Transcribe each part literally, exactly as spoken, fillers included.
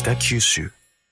北九州。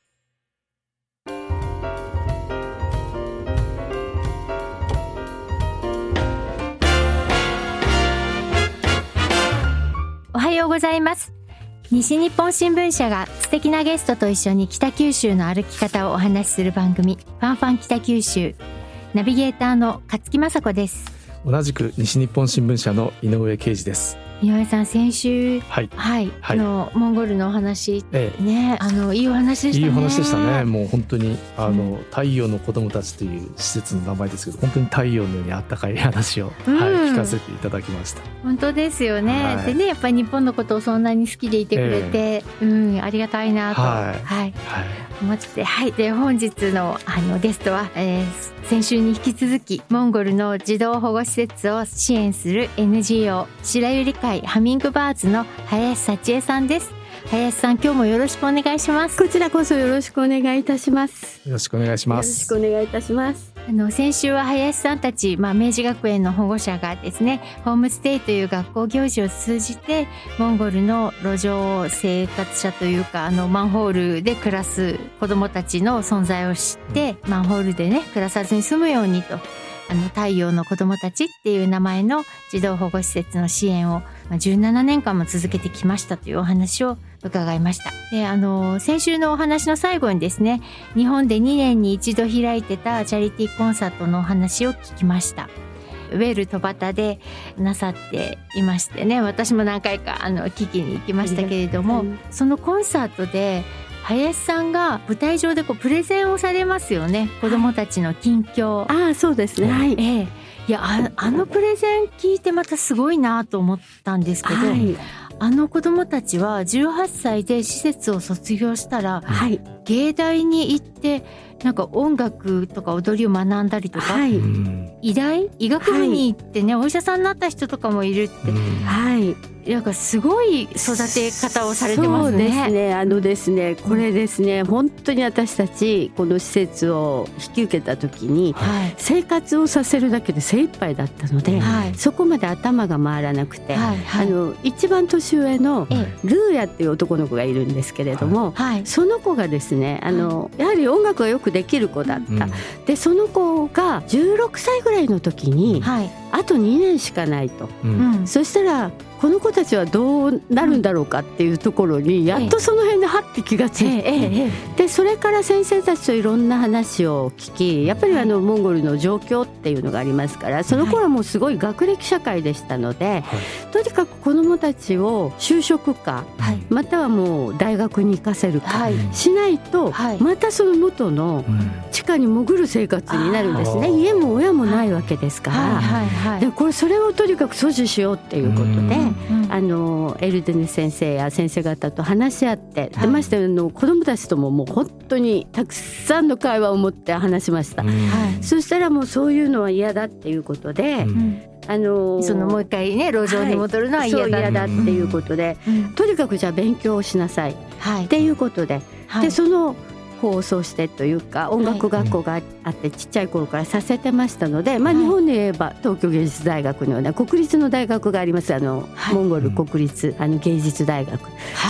おはようございます。西日本新聞社が素敵なゲストと一緒に北九州の歩き方をお話しする番組、ファンファン北九州。ナビゲーターの勝木雅子です。 同じく西日本新聞社の井上啓二です。 井上さん、先週、はい、はい、はい、のモンゴルのお話、ええ、ね、あのいいお話でしたね。 いいお話でしたね。もう本当にあの、うん、太陽の子供たちという施設の名前ですけど、本当に太陽のようにあったかい話を、うん、はい、聞かせていただきました。 本当ですよね、はい、でね、やっぱり日本のことをそんなに好きでいてくれて、ええ、うん、ありがたいなと、はい、はい、はい、思って、はい。で、本日のあのゲストは、えー、先週に引き続きモンゴルの児童保護施設を支援する エヌジーオー 白百合会ハミングバーズの林幸恵さんです。林さん、今日もよろしくお願いします。 こちらこそよろしくお願いいたします。 よろしくお願いします。 よろしくお願いいたします。 あの先週は林さんたち、まあ、明治学園の保護者がですね、ホームステイという学校行事を通じてモンゴルの路上生活者というか、あのマンホールで暮らす子どもたちの存在を知って、マンホールでね暮らさずに済むようにと、あの太陽の子どもたちっていう名前の児童保護施設の支援をじゅうななねんかんも続けてきましたというお話を伺いました。で、あの先週のお話の最後にですね、日本でにねんに一度開いてたチャリティーコンサートのお話を聞きました。ウェル戸端でなさっていましてね、私も何回かあの聞きに行きましたけれども、そのコンサートで林さんが舞台上でこうプレゼンをされますよね、子どもたちの近況。 ああ、そうですね、はい、 ええ、いや、 あ, あのプレゼン聞いてまたすごいなと思ったんですけど、はい、あの子どもたちはじゅうはっさいで施設を卒業したら、はい、芸大に行ってなんか音楽とか踊りを学んだりとか、はい、医大医学部に行ってね、はい、お医者さんになった人とかもいるって、はい、なんかすごい育て方をされてますね。 そうですね、あのですね、これですね、本当に私たちこの施設を引き受けた時に、はい、生活をさせるだけで精一杯だったので、はい、そこまで頭が回らなくて、はいはい、あの一番年上のルーヤっていう男の子がいるんですけれども、はい、その子がですね、あのやはり音楽がよくできる子だった、うん、でその子がじゅうろくさいぐらいの時に、はい、あとにねんしかないと、うん、そしたらこの子たちはどうなるんだろうかっていうところにやっとその辺ではって気がついて、でそれから先生たちといろんな話を聞き、やっぱりあのモンゴルの状況っていうのがありますから、その頃もすごい学歴社会でしたので、とにかく子どもたちを就職か、またはもう大学に行かせるかしないと、またその元の地下に潜る生活になるんですね。家も親もないわけですから、でこれそれをとにかく阻止しようっていうことで、あのエルデネ先生や先生方と話し合って、はい、でましてあの子どもたちとももう本当にたくさんの会話を持って話しました、はい、そしたらもうそういうのは嫌だっていうことで、うん、あのそのもう一回ね路上に戻るのは嫌だ、はい、そう嫌だっていうことで、うん、とにかくじゃあ勉強をしなさい、はい、っていうことで、はい、でその構想してというか音楽学校があってちっちゃい頃からさせてましたので、まあ、日本で言えば東京芸術大学のような国立の大学があります。あの、はい、モンゴル国立あの芸術大学、はい、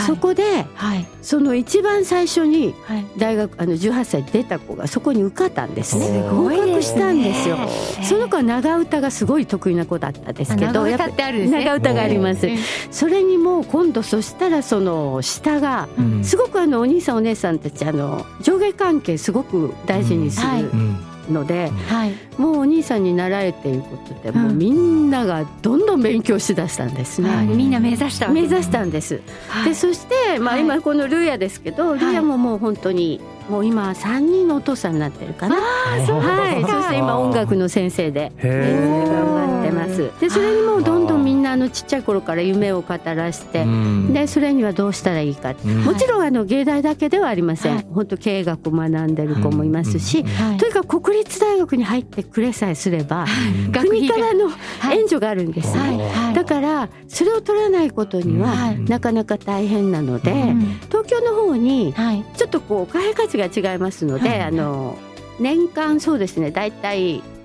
そこで、はい、その一番最初に大学あのじゅうはっさいで出た子がそこに受かったんですね。合格したんですよ。その子は長唄がすごい得意な子だったんですけど、長唄ってあるんですね。 長唄があります。それにも今度そしたらその下がすごくあのお兄さんお姉さんたちあの上下関係すごく大事にするので、はい、もうお兄さんに習えということで、うん、もうみんながどんどん勉強しだしたんですね、はい、 みんな目指したわけ目指したんです、はい、でそして、まあ、今このルーヤですけど、はい、ルーヤももう本当にもう今さんにんのお父さんになってるかな。あ、そうはい、そして今音楽の先生で頑張ってます。でそれにもうどんどんみんなあのちっちゃい頃から夢を語らして、でそれにはどうしたらいいか、もちろんあの芸大だけではありません、はい、本当経営学を学んでる子もいますし、はい、とにかく国立大学に入ってくれさえすれば、はい、国からの援助があるんですね、はいはい、だからそれを取らないことにはなかなか大変なので、はい、東京の方にちょっとこう貨幣価値が違いますので、はい、あの年間そうですねだいたい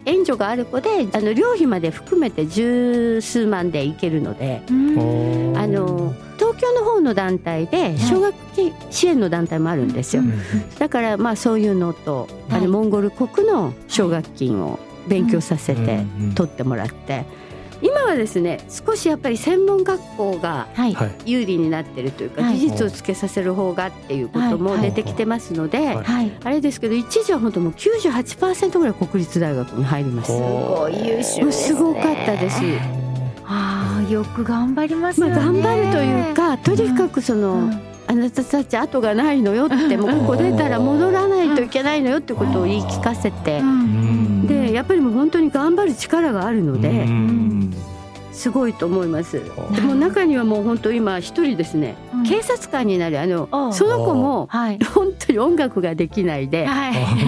援助がある子であの寮費まで含めて十数万で行けるので、あの東京の方の団体で奨学金支援の団体もあるんですよ。だからまあそういうのと、あのモンゴル国の奨学金を勉強させて取ってもらって、今はですね少しやっぱり専門学校が有利になってるというか、技術をつけさせる方がっていうことも出てきてますので、あれですけど一時は本当もう きゅうじゅうはちパーセント ぐらい国立大学に入ります。すごい優秀ですね。 すごかったです。 ああ、よく頑張りますよね。 まあ、頑張るというか、とにかくその、うん、あなたたち後がないのよって、もうここ出たら戻らないといけないのよってことを言い聞かせて、でやっぱりもう本当に頑張る力があるので、すごいと思います。でも中にはもう本当今一人ですね、うん、警察官になるあのその子も本当に音楽ができないで、はい、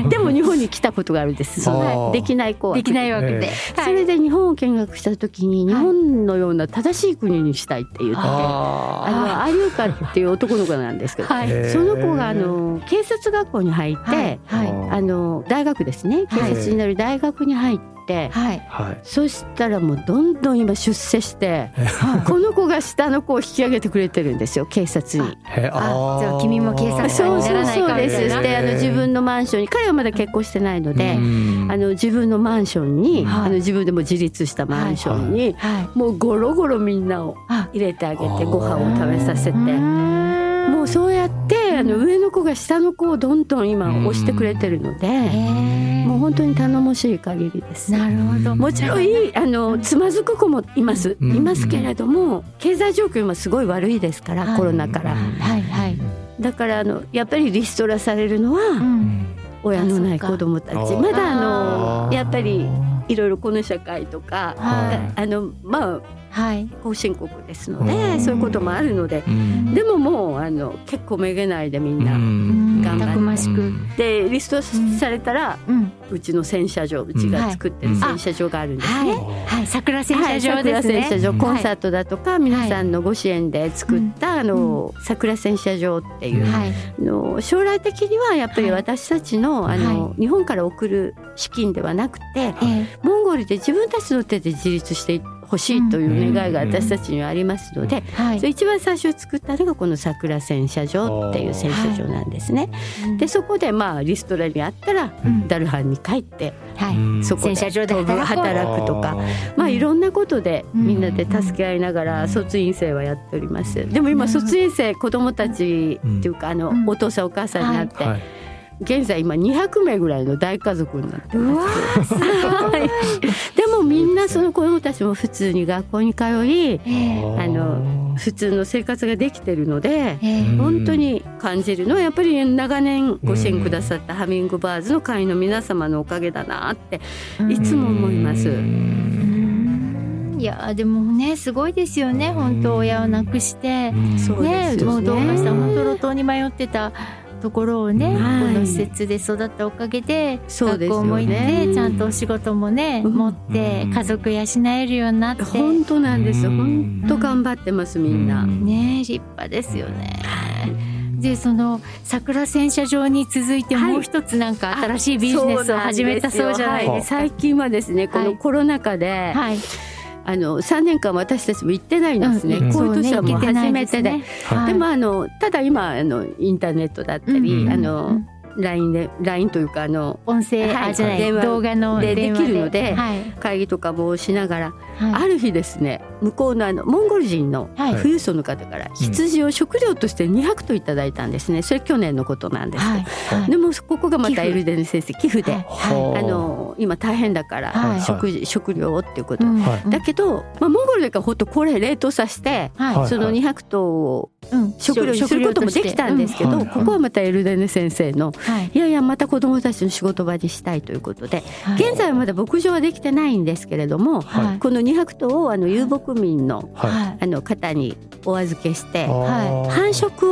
でも日本に来たことがあるんです。できない子はできないわけで、 それで日本を見学した時に日本のような正しい国にしたいって言って、はい、あの有岡っていう男の子なんですけど、はい、その子があの警察学校に入って、はいはい、あの大学ですね、警察になる大学に入って、はい、そしたらもうどんどん今出世して、はい、この子が下の子を引き上げてくれてるんですよ、警察に。 あ、じゃあ君も警察官にならないかみたいな。そうそうそうです。であの自分のマンションに、彼はまだ結婚してないので、あの自分のマンションに、はい、あの自分でも自立したマンションに、はいはい、もうゴロゴロみんなを入れてあげてご飯を食べさせて、もうそうやってあの上の子が下の子をどんどん今押してくれてるので、もう本当に頼もしい限りです。なるほど。 もちろんいいあのつまずく子もいますいますけれども、経済状況今すごい悪いですから、はい、コロナから、はいはい、だからあのやっぱりリストラされるのは、うん、親のない子どもたち。まだあのやっぱりいろいろこの社会とか、はい、あのまあはい、後進国ですので、そういうこともあるので、でももうあの結構めげないでみんな頑張って、たくましくでリストされたら、うん、うちの洗車場、うちが作ってる洗車場があるんですね、はいはい、桜洗車場ですね、 はい、桜洗車場、コンサートだとか、はい、皆さんのご支援で作った、はい、あの桜洗車場っていう、はい、の将来的にはやっぱり私たちの、はい、あの日本から送る資金ではなくて、はい、モンゴルで自分たちの手で自立していって欲しいという願いが私たちにはありますので、うんうん、一番最初作ったのがこの桜洗車場っていう洗車場なんですね、はい、でそこでまあリストラにあったら、うん、ダルハンに帰って、はい、そこで洗車場で働くとか、まあいろんなことでみんなで助け合いながら卒院生はやっております。でも今卒院生子どもたちっていうかあのお父さんお母さんになって、はいはい、現在今にひゃくめいぐらいの大家族になってます。でもみんなその子どもたちも普通に学校に通い、あの普通の生活ができてるので、本当に感じるのはやっぱり長年ご支援くださったハミングバーズの会の皆様のおかげだなっていつも思います。 いやでもねすごいですよね、本当親を亡くして、 そうですよね、 もうどうかした本当路頭に迷ってたところをね、はい、この施設で育ったおかげで、学校も行って、ちゃんとお仕事もね、うん、持って家族養えるようになって、 本当なんですよ、本当頑張ってますみんな、 うん、ね立派ですよね、はい、でその桜洗車場に続いてもう一つなんか新しいビジネスを始めたそうじゃないですか、はい、 最近はですねこのコロナ禍で、はい、あのさんねんかん私たちも行ってないんですね、うん、こういう年はもう初めてで、ね、でもあのただ今あのインターネットだったり、うん、あの、うん、ライン で ライン というかあの音声、はい、じゃない電話動画のでできるので、はい、会議とかもしながら、はい、ある日ですね向こうのあのモンゴル人の富裕層の方から羊を食料としてにひゃくといただいたんですね。それ去年のことなんですけど、はい、でもここがまたエルデネ先生寄付で、はい、あの今大変だから、はい、食, 食料をっていうこと、はい、だけど、まあ、モンゴルだからほんとこれ冷凍させて、はい、そのにひゃくとうを食料にすることもできたんですけど、うん、ここはまたエルデネ先生の、はい、いやいやまた子どもたちの仕事場にしたいということで、はい、現在はまだ牧場はできてないんですけれども、はい、このにひゃくとうをあの遊牧民の、はい、あの方にお預けして、はい、繁殖を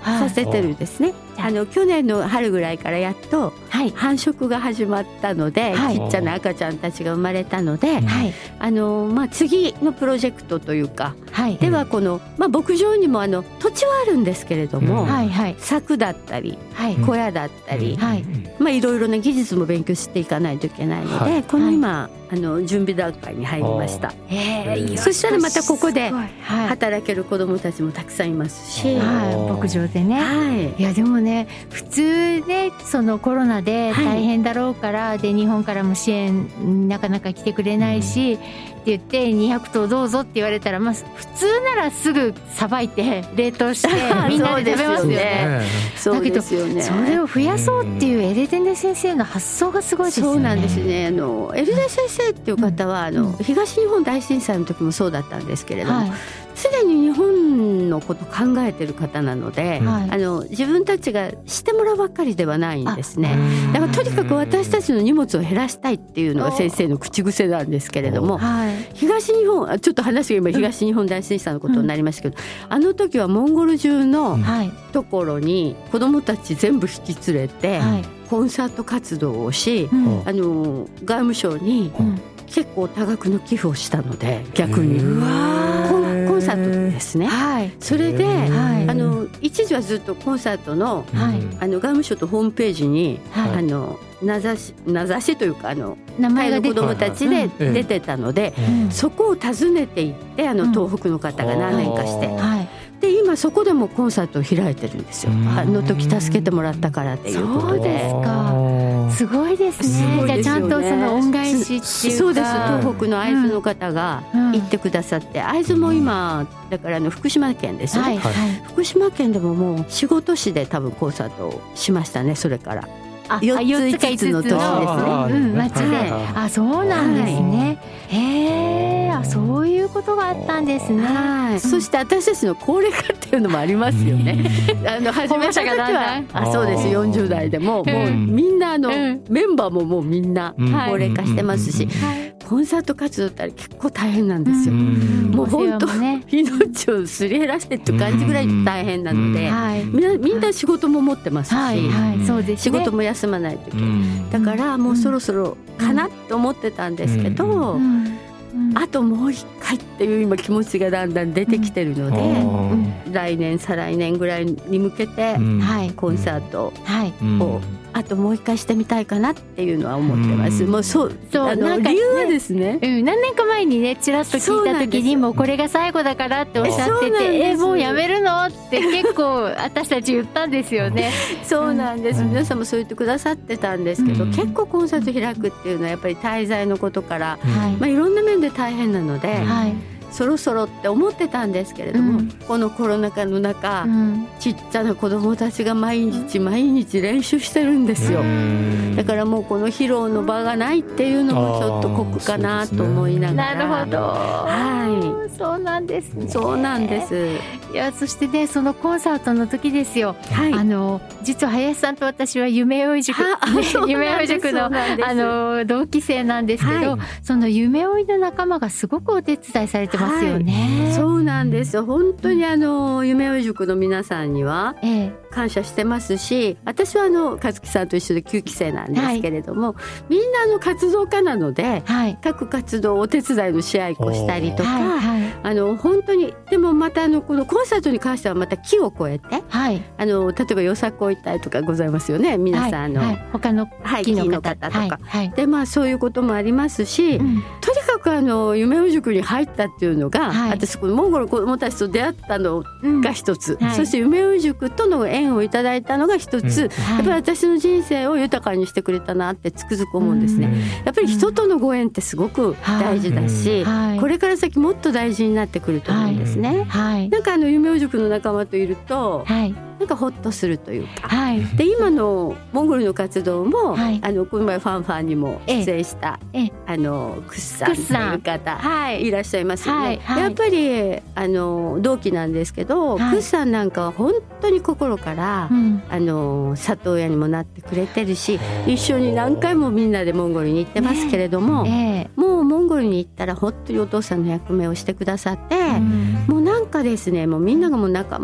させてるんですね、はい、あの去年の春ぐらいからやっと繁殖が始まったので、はい、ちっちゃな赤ちゃんたちが生まれたので、はい、あのまあ、次のプロジェクトというか、はい、ではこの、まあ、牧場にもあの土地はあるんですけれども、はいはい、柵だったり、はい、小屋だったり、はい、まあ、いろいろな技術も勉強していかないといけないので、はい、この今、はい、あの準備段階に入りました。そしたらまたここで働ける子どもたちもたくさんいますし、 はい、牧場でね、はい、いやでもね、普通ね、そのコロナで大変だろうから、はい、で日本からも支援なかなか来てくれないし、うん、って言ってにひゃくとうどうぞって言われたら、まあ、普通ならすぐさばいて冷凍してみんなで食べますよね。だけどそれを増やそうっていうエレデネ先生の発想がすごいですよね。 そうなんですね。あのエレデネ先生っていう方は、うん、あの東日本大震災の時もそうだったんですけれども、はい、常に日本のこと考えてる方なので、はい、あの自分たちがしてもらうばっかりではないんですね。だからとにかく私たちの荷物を減らしたいっていうのが先生の口癖なんですけれども、はい、東日本、ちょっと話が今東日本大震災のことになりましたけど、うん、あの時はモンゴル中のところに子どもたち全部引き連れて、はい、コンサート活動をし、うん、あの外務省に結構多額の寄付をしたので、逆にうわコンサートですね、はい、それで、はい、あの一時はずっとコンサート の,、はい、あの外務省とホームページに、はい、あの名指し、名指しというかあの名前が子どもたちで出てたので、うん、そこを訪ねていってあの東北の方が何年かして、うん、はい、で今そこでもコンサートを開いてるんですよ。あの時助けてもらったからっていうことで。 そうですか、すごいですね。じゃあちゃんとその恩返しっていうか、 そうです。東北の会津の方が行ってくださって、会津も今だからあの福島県ですね、はいはい、福島県でももう仕事市で多分コンサートをしましたね。それからよっついつつの年ですね、 うん、町で、あ、そうなんですね、はい、へー、あ、そういうことがあったんですね、 はい、そして私たちの高齢化っていうのもありますよね。あの始めた時はあそうですよんじゅう代でも、もうみんなあの、うん、メンバーももうみんな高齢化してますし、はい、コンサート活動って結構大変なんですよ。もう本当、ね、命をすり減らしてって感じぐらい大変なので、はい、みんな、みんな仕事も持ってますし、はいはい、そうですね、仕事も休まないといけない、だからもうそろそろかなと思ってたんですけど、あともう一回っていう今気持ちがだんだん出てきてるので、うん、来年再来年ぐらいに向けて、うん、コンサートを、はい、あともう一回してみたいかなっていうのは思ってます、うん、もうそうそうあのなんか、ね、理由はですね、 うん、何年か前にねちらっと聞いた時にもうこれが最後だからっておっしゃってて、えもうやめるのって結構私たち言ったんですよね。 そうなんです、うん、皆さんもそう言ってくださってたんですけど、うん、結構コンサート開くっていうのはやっぱり滞在のことから、はいまあ、いろんな面で大変なので、はい、そろそろって思ってたんですけれども、うん、このコロナ禍の中、うん、ちっちゃな子どもたちが毎日毎日練習してるんですよ。だからもうこの披露の場がないっていうのもちょっと酷かなと思いながら。 なるほど、はい、そうなんですね。 そうなんです。 いやそしてねそのコンサートの時ですよ、はい、あの実は林さんと私は夢追い塾、ね、夢追い塾の、あの同期生なんですけど、はい、その夢追いの仲間がすごくお手伝いされてますよね、 はい、そうなんですよ。本当にあの夢追い塾の皆さんには感謝してますし、私はあの和樹さんと一緒できゅうき生なんですけれども、はい、みんなあの活動家なので、はい、各活動お手伝いの試合をしたりとか、はいはい、あの本当にでもまたあのこのコンサートに関してはまた木を越えて、はい、あの例えばよさこい隊とかございますよね皆さん、はいはい、 他の木の方とか、はいはい、でまあそういうこともありますし、うん、とにかくあの夢追い塾に入ったっていうのが、はい、私このモンゴルの子どもたちと出会ったのが一つ、うんはい、そして夢追い塾との縁をいただいたのが一つ、うんはい、やっぱり私の人生を豊かにしてくれたなってつくづく思うんですね、うん、やっぱり人とのご縁ってすごく大事だし、はい、これから先もっと大事になってくると思うんですね、はい、なんかあの夢追い塾の仲間といると、はい、なんかホッとするというか、はい、で今のモンゴルの活動も、はい、あのこの前ファンファンにも出演した、ええ、あのクッさんという方、はい、いらっしゃいますよね、はいはい、やっぱりあの同期なんですけど、はい、クッさんなんかは本当に心から、うん、あの里親にもなってくれてるし、一緒に何回もみんなでモンゴルに行ってますけれども、ねええ、もうモンゴルに行ったら本当にお父さんの役目をしてくださって、うん、もうなんかですねもうみんながもう仲間って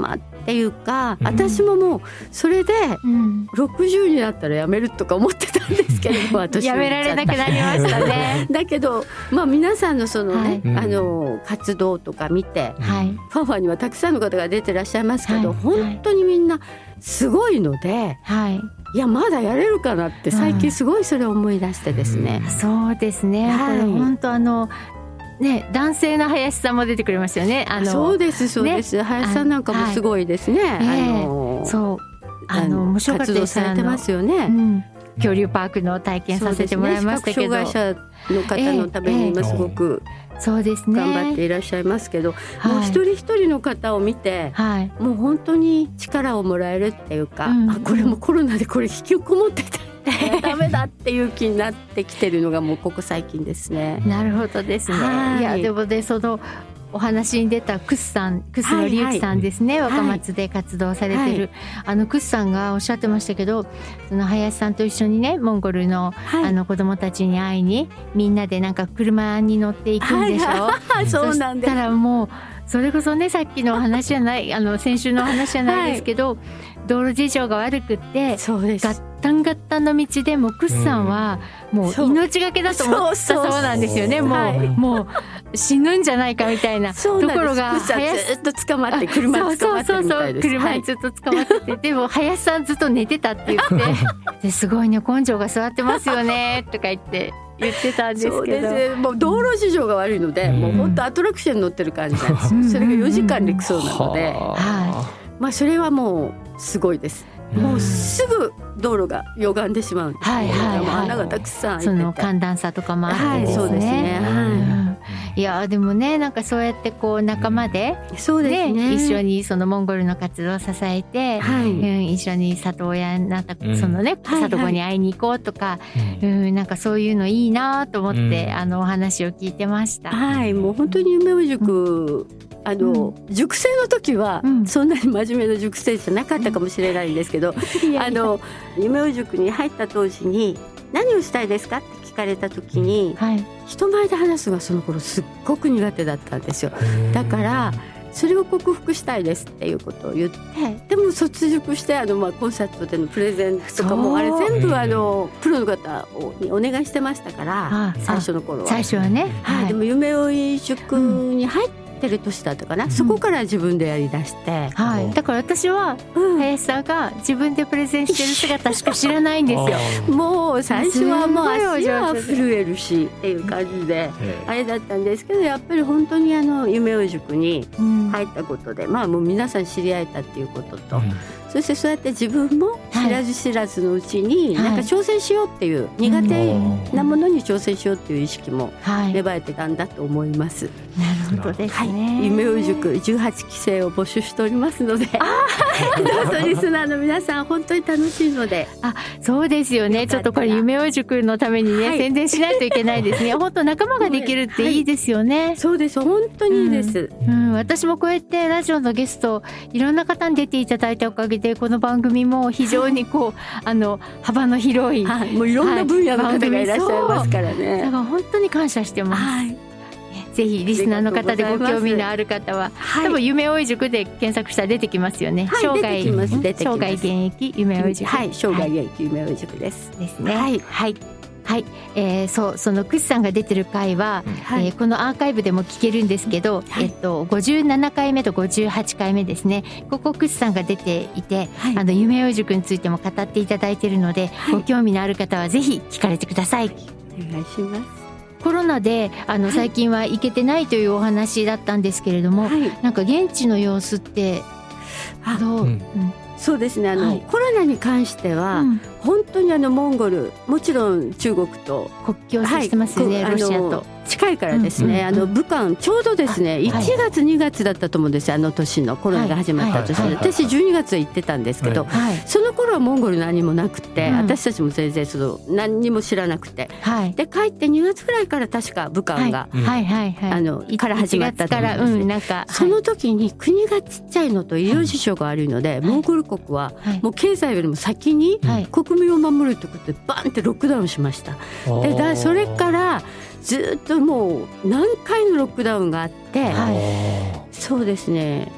っていうか、うん、私ももうそれでろくじゅうになったらやめるとか思ってたんですけれども、私やめられなくなりましたねだけど、まあ、皆さんのそのね、はい、あの活動とか見て、はい、ファンファンにはたくさんの方が出てらっしゃいますけど、はい、本当にみんなすごいので、はい、いやまだやれるかなって最近すごいそれを思い出してですね、 うん、そうですね、はい、本当あのね、男性の林さんも出てくれましたよね。あのそうですそうです、ね、林さんなんかもすごいですね、はい、あのそうあの面白かったです。 活動されてますよね、うん、 恐竜パークの体験させてもらいましたけど、 ね、視覚障害者の方のために今すごく、えー、そうですね、頑張っていらっしゃいますけど、はい、もう一人一人の方を見て、はい、もう本当に力をもらえるっていうか、うん、あこれもコロナでこれ引きこもってたダメだっていう気になってきてるのがもうここ最近ですね。 なるほどですね、はい、いやでもね、そのお話に出たクスさん、クスのりゆきさんですね、はいはい、若松で活動されてる、はい、あのクスさんがおっしゃってましたけど、その林さんと一緒にねモンゴルの、はい、あの子供たちに会いにみんなでなんか車に乗っていくんでしょ、はいはい、 そうなんです。 そしたらもうそれこそね、さっきの話じゃないあの先週の話じゃないですけど、はい、道路事情が悪くってそうです、 ガッタンガッタンの道でもクスさんはもう命がけだと思ったそうなんですよね。もう、はい、もう死ぬんじゃないかみたいなところが、 クスさんずっと捕まって車に捕まってるみたいです。 車にずっと捕まってて、はい、でも林さんずっと寝てたって言ってですごいね根性が座ってますよねとか言って言ってたんですけど、そうですね、 もう道路事情が悪いので、うん、もう本当アトラクションに乗ってる感じなんです、うん、それがよじかん陸走なので、はい、まあ、それはもうすごいです。もうすぐ道路が歪んでしまうんです、ね、はいはいはい、穴がたくさん開いてて、 その寒暖差とかもあってですね、はい、そうですね、はい、うん、いやでもね、なんかそうやってこう仲間で、 うん、そうですね、 一緒にそのモンゴルの活動を支えて、はい、うん、一緒に里親になった、うん、そのね、うん、里子に会いに行こうとか、はいはい、うん、なんかそういうのいいなと思って、うん、あのお話を聞いてました。 はい、もう本当に夢追い塾、うん、あのうん、塾生の時はそんなに真面目な塾生じゃなかったかもしれないんですけど、うん、あの夢追い塾に入った当時に何をしたいですかって聞かれた時に、はい、人前で話すのがその頃すっごく苦手だったんですよ。だからそれを克服したいですっていうことを言って、でも卒塾してあの、まあ、コンサートでのプレゼントとかもあれ全部あのプロの方にお願いしてましたから、最初の頃は最初はね、 はいはい、でも夢追い塾に入っててる年だったかな、うん、そこから自分でやりだして、 はい、だから私は、うん、林さんが自分でプレゼンしてる姿しか知らないんですよもう最初はもう足は震えるしっていう感じであれだったんですけど、やっぱり本当にあの夢追い塾に入ったことで、うん、まあもう皆さん知り合えたっていうことと、うん、そしてそうやって自分も知らず知らずのうちになんか挑戦しようっていう、はい、苦手なものに挑戦しようっていう意識も芽生えてたんだと思います、はい、 なるほどですね、はい、 夢追い塾じゅうはちきせいを募集しておりますのでどうぞリスナーの皆さん本当に楽しいので、 あ、そうですよね、ちょっとこれ夢追い塾のためにね、はい、宣伝しないといけないですね本当仲間ができるっていいですよね、はい、 そうです、本当にいいです、 うんうん、私もこうやってラジオのゲストいろんな方に出ていただいたおかげでこの番組も非常にこうあの幅の広い、 はい、もういろんな分野の方がいらっしゃいますからね、 はい、だから本当に感謝してます、はい、ぜひリスナーの方でご興味のある方は、はい、多分夢追い塾で検索したら出てきますよね、 はい、生涯生涯現役夢追い塾、 はい、生涯現役夢追い塾です、 はい、ですね、はい、はいはい、えー、そうそのクシさんが出てる回は、はい、えー、このアーカイブでも聞けるんですけど、はい、えっと、ごじゅうななかいめとごじゅうはちかいめですね、ここクシさんが出ていて、はい、あの夢追い塾についても語っていただいているので、はい、ご興味のある方はぜひ聞かれてください。 お願いします。 コロナであの、はい、最近は行けてないというお話だったんですけれども、はい、なんか現地の様子ってどう、うんうん、 そうですね、あの、はい、コロナに関しては、うん、本当にあのモンゴル、もちろん中国と国境接してますよね、はい、ロシアと近いからですね、うんうんうん、あの武漢ちょうどですねいちがつにがつだったと思うんですよ、あの年のコロナが始まった年で、はいはい、私じゅうにがつは行ってたんですけど、はい、その頃はモンゴル何もなくて、うん、私たちも全然その何にも知らなくて、はい、で帰ってにがつぐらいから確か武漢が、はいはいはい、あのから始まったと思うんですね、うん、なんか、はい、その時に国がちっちゃいのと医療事情が悪いので、はい、モンゴル国はもう経済よりも先に国民を守るということでバンってロックダウンしました、はい、でだそれからずっともう何回のロックダウンがあって、はい、そうですね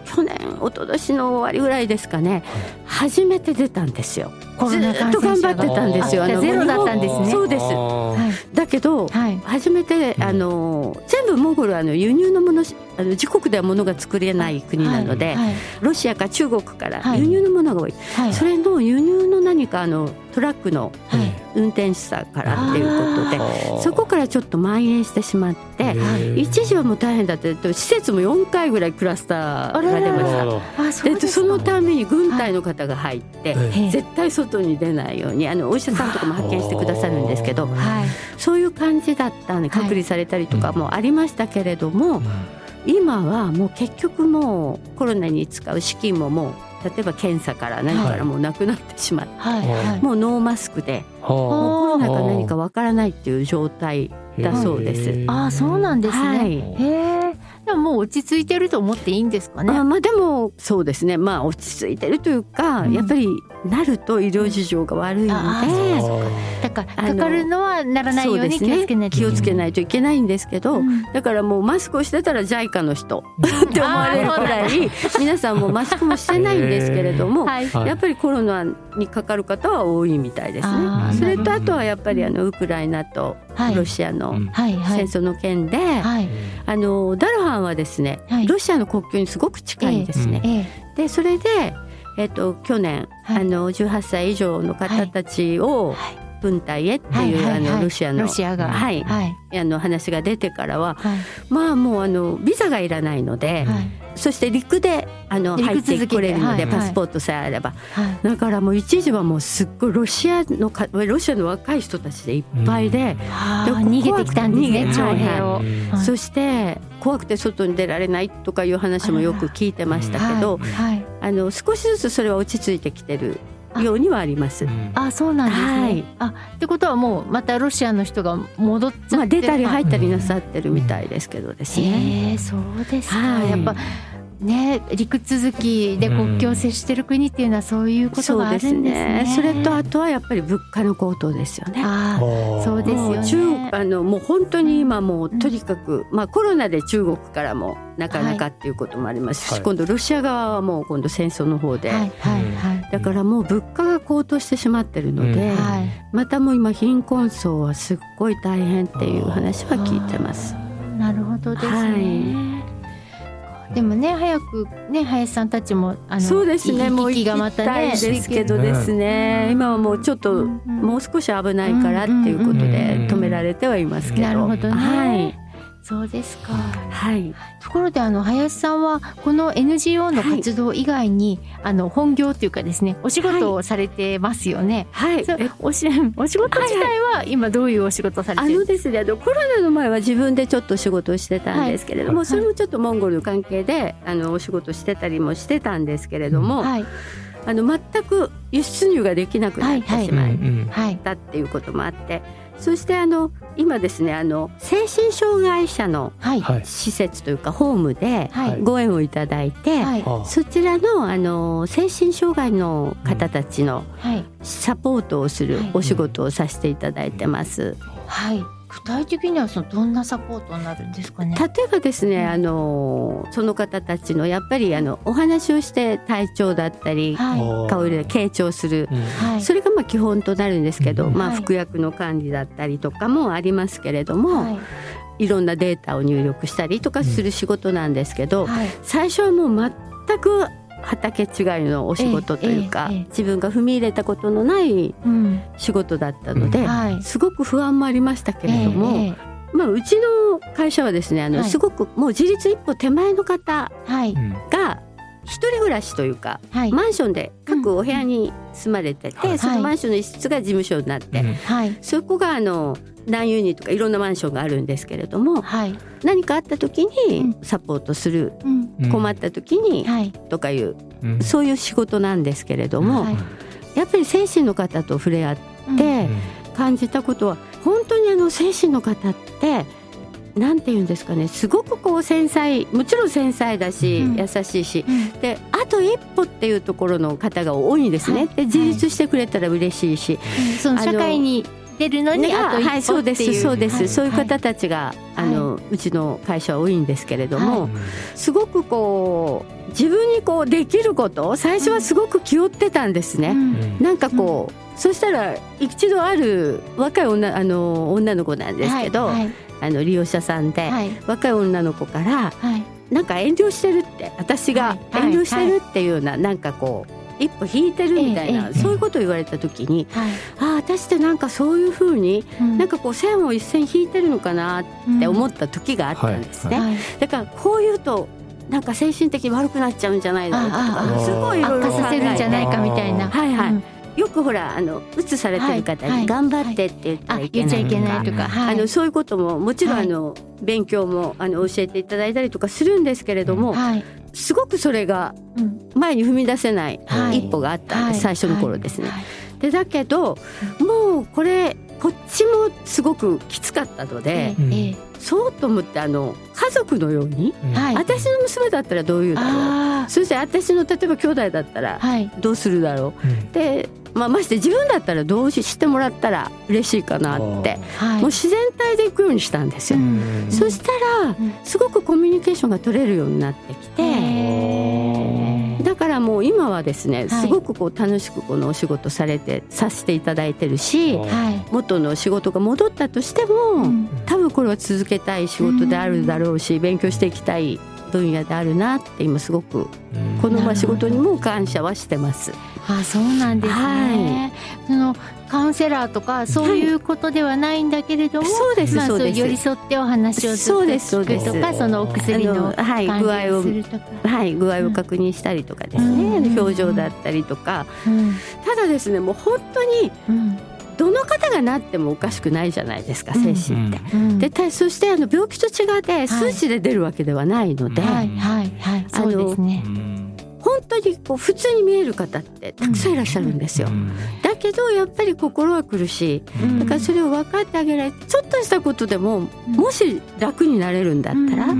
去年一昨年の終わりぐらいですかね、はい、初めて出たんですよ。ずっと頑張ってたんですよ。 あのゼロだったんですね。 そうです、はい、だけど、はい、初めてあの全部モンゴルはあの輸入のものあの自国では物が作れない国なので、はいはい、ロシアか中国から輸入のものが多い、はい、それの輸入の何かあのトラックの運転手さんからっていうことで、はい、そこからちょっと蔓延してしまって、一時はもう大変だった施設もよんかいぐらいクラスターが出ました。でそのために軍隊の方が入って、はい、絶対外に出ないようにあのお医者さんとかも派遣してくださるんですけど、はい、そういう感じだったんで隔離されたりとかもありましたけれども、はい、今はもう結局もうコロナに使う資金ももう例えば検査から何からもうなくなってしまって、はいはい、もうノーマスクで、はい、もうコロナか何かわからないっていう状態だそうです。 ああそうなんですね、はい、へーでももう落ち着いてると思っていいんですかね。 あ、まあ、でもそうですね、まあ、落ち着いてるというか、うん、やっぱりなると医療事情が悪いので、うん、 だからかかるのはならないように気をつけないと、 ね、気をつけないといけないんですけど、うん、だからもうマスクをしてたらジャイカの人って思われるくらい皆さんもマスクもしてないんですけれども、はい、やっぱりコロナにかかる方は多いみたいですね。それとあとはやっぱりあのウクライナとロシアの戦争の件で、はいはい、あのダルハンはですね、はい、ロシアの国境にすごく近いんですね、えーえー、でそれで、えー、と去年、はい、あのじゅうはっさい以上の方たちを軍隊へっていう、はい、あのロシアの、 ロシアが、 はいはい、あの話が出てからは、はい、まあもうあのビザがいらないので、はい、そして陸であの入ってこれるので、はい、パスポートさえあれば、はい、だからもう一時はもうすっごいロシアのかロシアの若い人たちでいっぱいで、うん、で逃げてきたんですね、徴兵を、はいはい、そして怖くて外に出られないとかいう話もよく聞いてましたけど、はい、あの少しずつそれは落ち着いてきてるようにはあります。 あ、あそうなんですね、はい、あってことはもうまたロシアの人が戻っちゃって、まあ、 出たり入ったりなさってるみたいですけどですね、 へー、そうですか、はい、やっぱね、陸続きで国境を接している国っていうのはそういうことがあるんですね。そうですね。 それとあとはやっぱり物価の高騰ですよね。 ああ、そうですよね。 中あのもう本当に今もうとにかく、まあ、コロナで中国からもなかなかっていうこともありますし、はい、今度ロシア側はもう今度戦争の方で、はいはいはい、だからもう物価が高騰してしまってるので、うんはい、またもう今貧困層はすっごい大変っていう話は聞いてます。 なるほどですね、はい、でもね早くね林さんたちもあのそうですね、もう行きたいですけどですね、今はもうちょっともう少し危ないからっていうことで止められてはいますけど、 なるほどね、 はい、 そうですか、 はい、 ところであの林さんはこの エヌジーオー の活動以外に、はい、あの本業というかですねお仕事をされてますよね。はい、はい、おしお仕事自体は今どういうお仕事をされてるんですか。 あのですね、あのコロナの前は自分でちょっと仕事をしてたんですけれども、はい、それもちょっとモンゴルの関係であのお仕事してたりもしてたんですけれども、はい、あの全く輸出入ができなくなってしまったっていうこともあって、そしてあの今ですねあの精神障害者の施設というかホームでご縁をいただいて、はいはい、そちらのあの精神障害の方たちのサポートをするお仕事をさせていただいてます。 はい、具体的にはそのどんなサポートになるんですかね。 例えばですね、うん、あのその方たちのやっぱりあのお話をして体調だったり、はい、顔色で傾聴する、うん、それがまあ基本となるんですけど、うん、まあ、服薬の管理だったりとかもありますけれども、はい、いろんなデータを入力したりとかする仕事なんですけど、うん、はい、最初はもう全く畑違いのお仕事というか、ええええ、自分が踏み入れたことのない仕事だったので、うんはい、すごく不安もありましたけれども、ええまあ、うちの会社はですねあの、はい、すごくもう自立一歩手前の方が一人暮らしというか、はい、マンションで各お部屋に住まれてて、うん、そのマンションの一室が事務所になって、はい、そこがあの何ユニとかいろんなマンションがあるんですけれども、はい、何かあった時にサポートする、うん、困った時にとかいう、うん、そういう仕事なんですけれども、はい、やっぱり精神の方と触れ合って感じたことは、本当にあの精神の方ってなんていうんですかね、すごくこう繊細、もちろん繊細だし、うん、優しいし、うん、であと一歩っていうところの方が多いんですね、はい、で自立してくれたら嬉しいし、 はい、その社会にてるのにあと一歩っていう、 はい、そうですそうです、 はい、 そういう方たちが、はい、あのうちの会社は多いんですけれども、はい、すごくこう自分にこうできることを最初はすごく気負ってたんですね、うん、なんかこう、うん、そしたら一度ある若い 女, あの女の子なんですけど、はいはい、あの利用者さんで、はい、若い女の子から、はい、なんか遠慮してるって、私が遠慮してるっていうような、はいはい、なんかこう一歩引いてるみたいな、ええ、そういうことを言われた時に、はい、ああ私ってなんかそういうふうに、うん、なんかこう線を一線引いてるのかなって思った時があったんですね、うんはいはい、だからこう言うとなんか精神的に悪くなっちゃうんじゃないだろうとか、すごいいろいろ悪化させるんじゃないかみたいな、 はいはい、うん、よくほらあのうつされてる方に頑張ってって言ったらいけないとか、あのそういうことももちろんあの、はい、勉強もあの教えていただいたりとかするんですけれども、はい、すごくそれが前に踏み出せない一歩があったんです、はい、最初の頃ですね、はいはい、でだけどもうこれこっちもすごくきつかったので、えー、そうと思ってあの家族のように、はい、私の娘だったらどういうだろう、そして私の例えば兄弟だったらどうするだろう、はい、でまあ、まして自分だったらどうしてもらったら嬉しいかなって、はい、もう自然体で行くようにしたんですよ、うん、そしたらすごくコミュニケーションが取れるようになってきて、だからもう今はですねすごくこう楽しくこのお仕事されてさせていただいてるし、はい、元の仕事が戻ったとしても、うん、多分これは続けたい仕事であるだろうし、勉強していきたい分野であるなって今すごくこのま仕事にも感謝はしてます。 あ、そうなんですね、はい、そのカウンセラーとかそういうことではないんだけれども、はい、そうです、まあ、そうです、寄り添ってお話をずっと聞くとか、 そ, そのお薬の管理をするとか、 はい、具合を確認したりとかですね、うん、表情だったりとか、うん、ただですねもう本当に、うんどの方がなってもおかしくないじゃないですか、精神って、うん、でそしてあの病気と違って数値で出るわけではないので、はいはいはい、そうですね、本当にこう普通に見える方ってたくさんいらっしゃるんですよ、うん、だけどやっぱり心は苦しい、うん、だからそれを分かってあげられてちょっとしたことでも、うん、もし楽になれるんだったら、うん、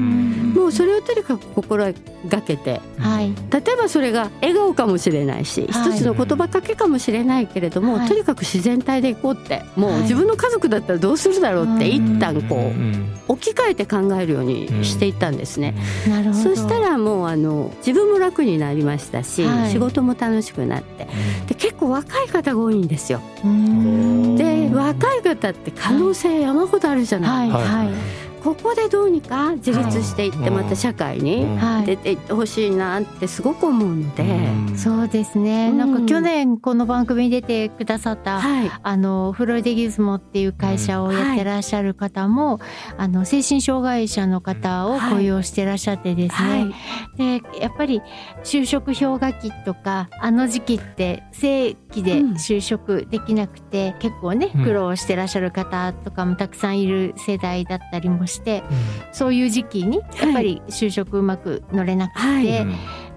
もうそれをとにかく心がけて、はい、例えばそれが笑顔かもしれないし、はい、一つの言葉かけかもしれないけれども、はい、とにかく自然体でいこうって、もう自分の家族だったらどうするだろうって一旦こう置き換えて考えるようにしていったんですね、うん、なるほど。そしたらもうあの自分も楽になりましたし、はい、仕事も楽しくなって、で結構若い方が多いんですよ。で若い方って可能性山ほどあるじゃないですか、はいはい、ここでどうにか自立していってまた社会に出ていってほしいなってすごく思うので、 はい、そうですね、うん、なんか去年この番組に出てくださった、はい、あのフロイデギズモっていう会社をやってらっしゃる方も、はい、あの精神障害者の方を雇用してらっしゃってですね、はい、でやっぱり就職氷河期とかあの時期って正規で就職できなくて、うん、結構ね苦労してらっしゃる方とかもたくさんいる世代だったりもして、うん、そういう時期にやっぱり就職うまく乗れなくて、はい、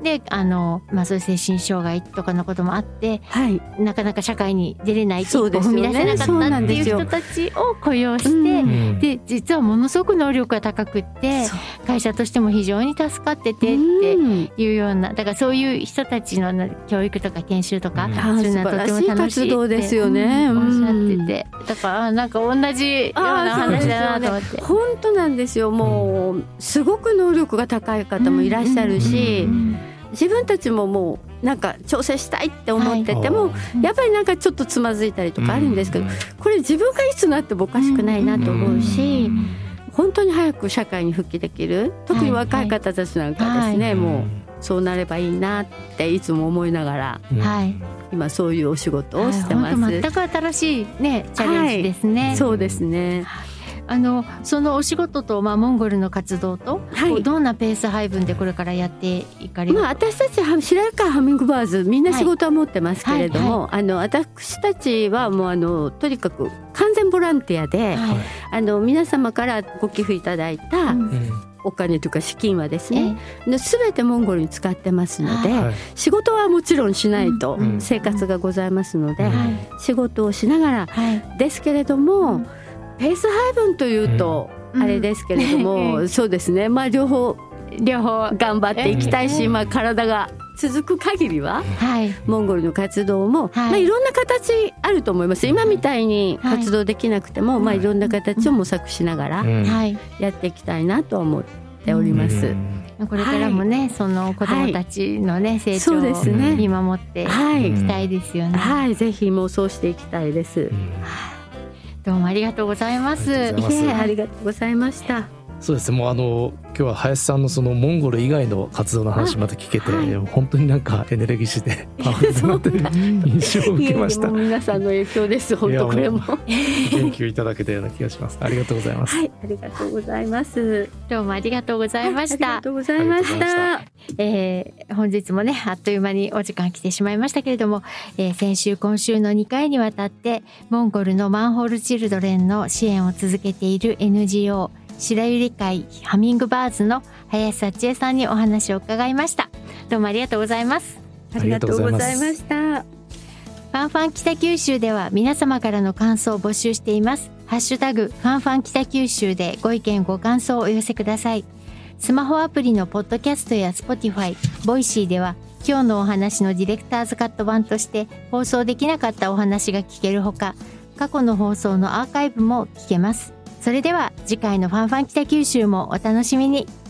であの、まあ、そういう精神障害とかのこともあって、はい、なかなか社会に出れない、一歩踏み出せなかったっていう人たちを雇用して、うん、で実はものすごく能力が高くって会社としても非常に助かっててっていうような、だからそういう人たちの教育とか研修とか、うん、そういうのはとても楽しいって活動ですよね、 うん、おっしゃってて、だからなんか同じような話だなと思って、 本当なんですよ。もうすごく能力が高い方もいらっしゃるし、うんうん、自分たちももうなんか調整したいって思ってても、はい、やっぱりなんかちょっとつまずいたりとかあるんですけど、これ自分がいつなってもおかしくないなと思うし、本当に早く社会に復帰できる、特に若い方たちなんかですね、はいはい、もうそうなればいいなっていつも思いながら、はい、今そういうお仕事をしてます、 はい、全く新しい、ね、チャレンジですね、 はい、そうですね。 あのそのお仕事と、まあ、モンゴルの活動と、はい、どんなペース配分でこれからやっていかれるか、 まあ、私たち白川ハミングバーズみんな仕事は持ってますけれども、はいはいはい、あの私たちはもうあのとにかく完全ボランティアで、はい、あの皆様からご寄付いただいた、うんお金というか資金はですね、えー、全てモンゴルに使ってますので、はい、仕事はもちろんしないと生活がございますので、うんうん、仕事をしながらですけれども、はい、ペース配分というとあれですけれども、うん、そうですね、まあ両方両方頑張っていきたいし、まあ、体が続く限りは、 はい、 モンゴルの活動も、はいまあ、いろんな形あると思います。今みたいに活動できなくても、はいまあ、いろんな形を模索しながらやっていきたいなと思っております、うんうん、これからもね、はい、その子どもたちの、ねはい、成長を見守っていきたいですよね、 はい、はい、ぜひもうそうしていきたいです、うん、 どうもありがとうございます。 ありがとうございました。 そうですね、もうあの今日は林さんのそのモンゴル以外の活動の話また聞けて、はい、本当になんかエネルギッシュでパワフルだなという印象を受けました。 いやいやもう皆さんの影響です本当これも元気をいただけたような気がします。ありがとうございます。 はい、ありがとうございます。 どうもありがとうございました。 ありがとうございました。 えー、本日もねあっという間にお時間来てしまいましたけれども、えー、先週今週のにかいにわたってモンゴルのマンホールチルドレンの支援を続けている エヌジーオー白百合会ハミングバーズの林幸恵さんにお話を伺いました。どうもありがとうございます。 ありがとうございました。ファンファン北九州では皆様からの感想を募集しています。ハッシュタグファンファン北九州でご意見ご感想をお寄せください。スマホアプリのポッドキャストや Spotify、ボイシーでは今日のお話のディレクターズカット版として放送できなかったお話が聞けるほか、過去の放送のアーカイブも聞けます。それでは次回のファンファン北九州もお楽しみに。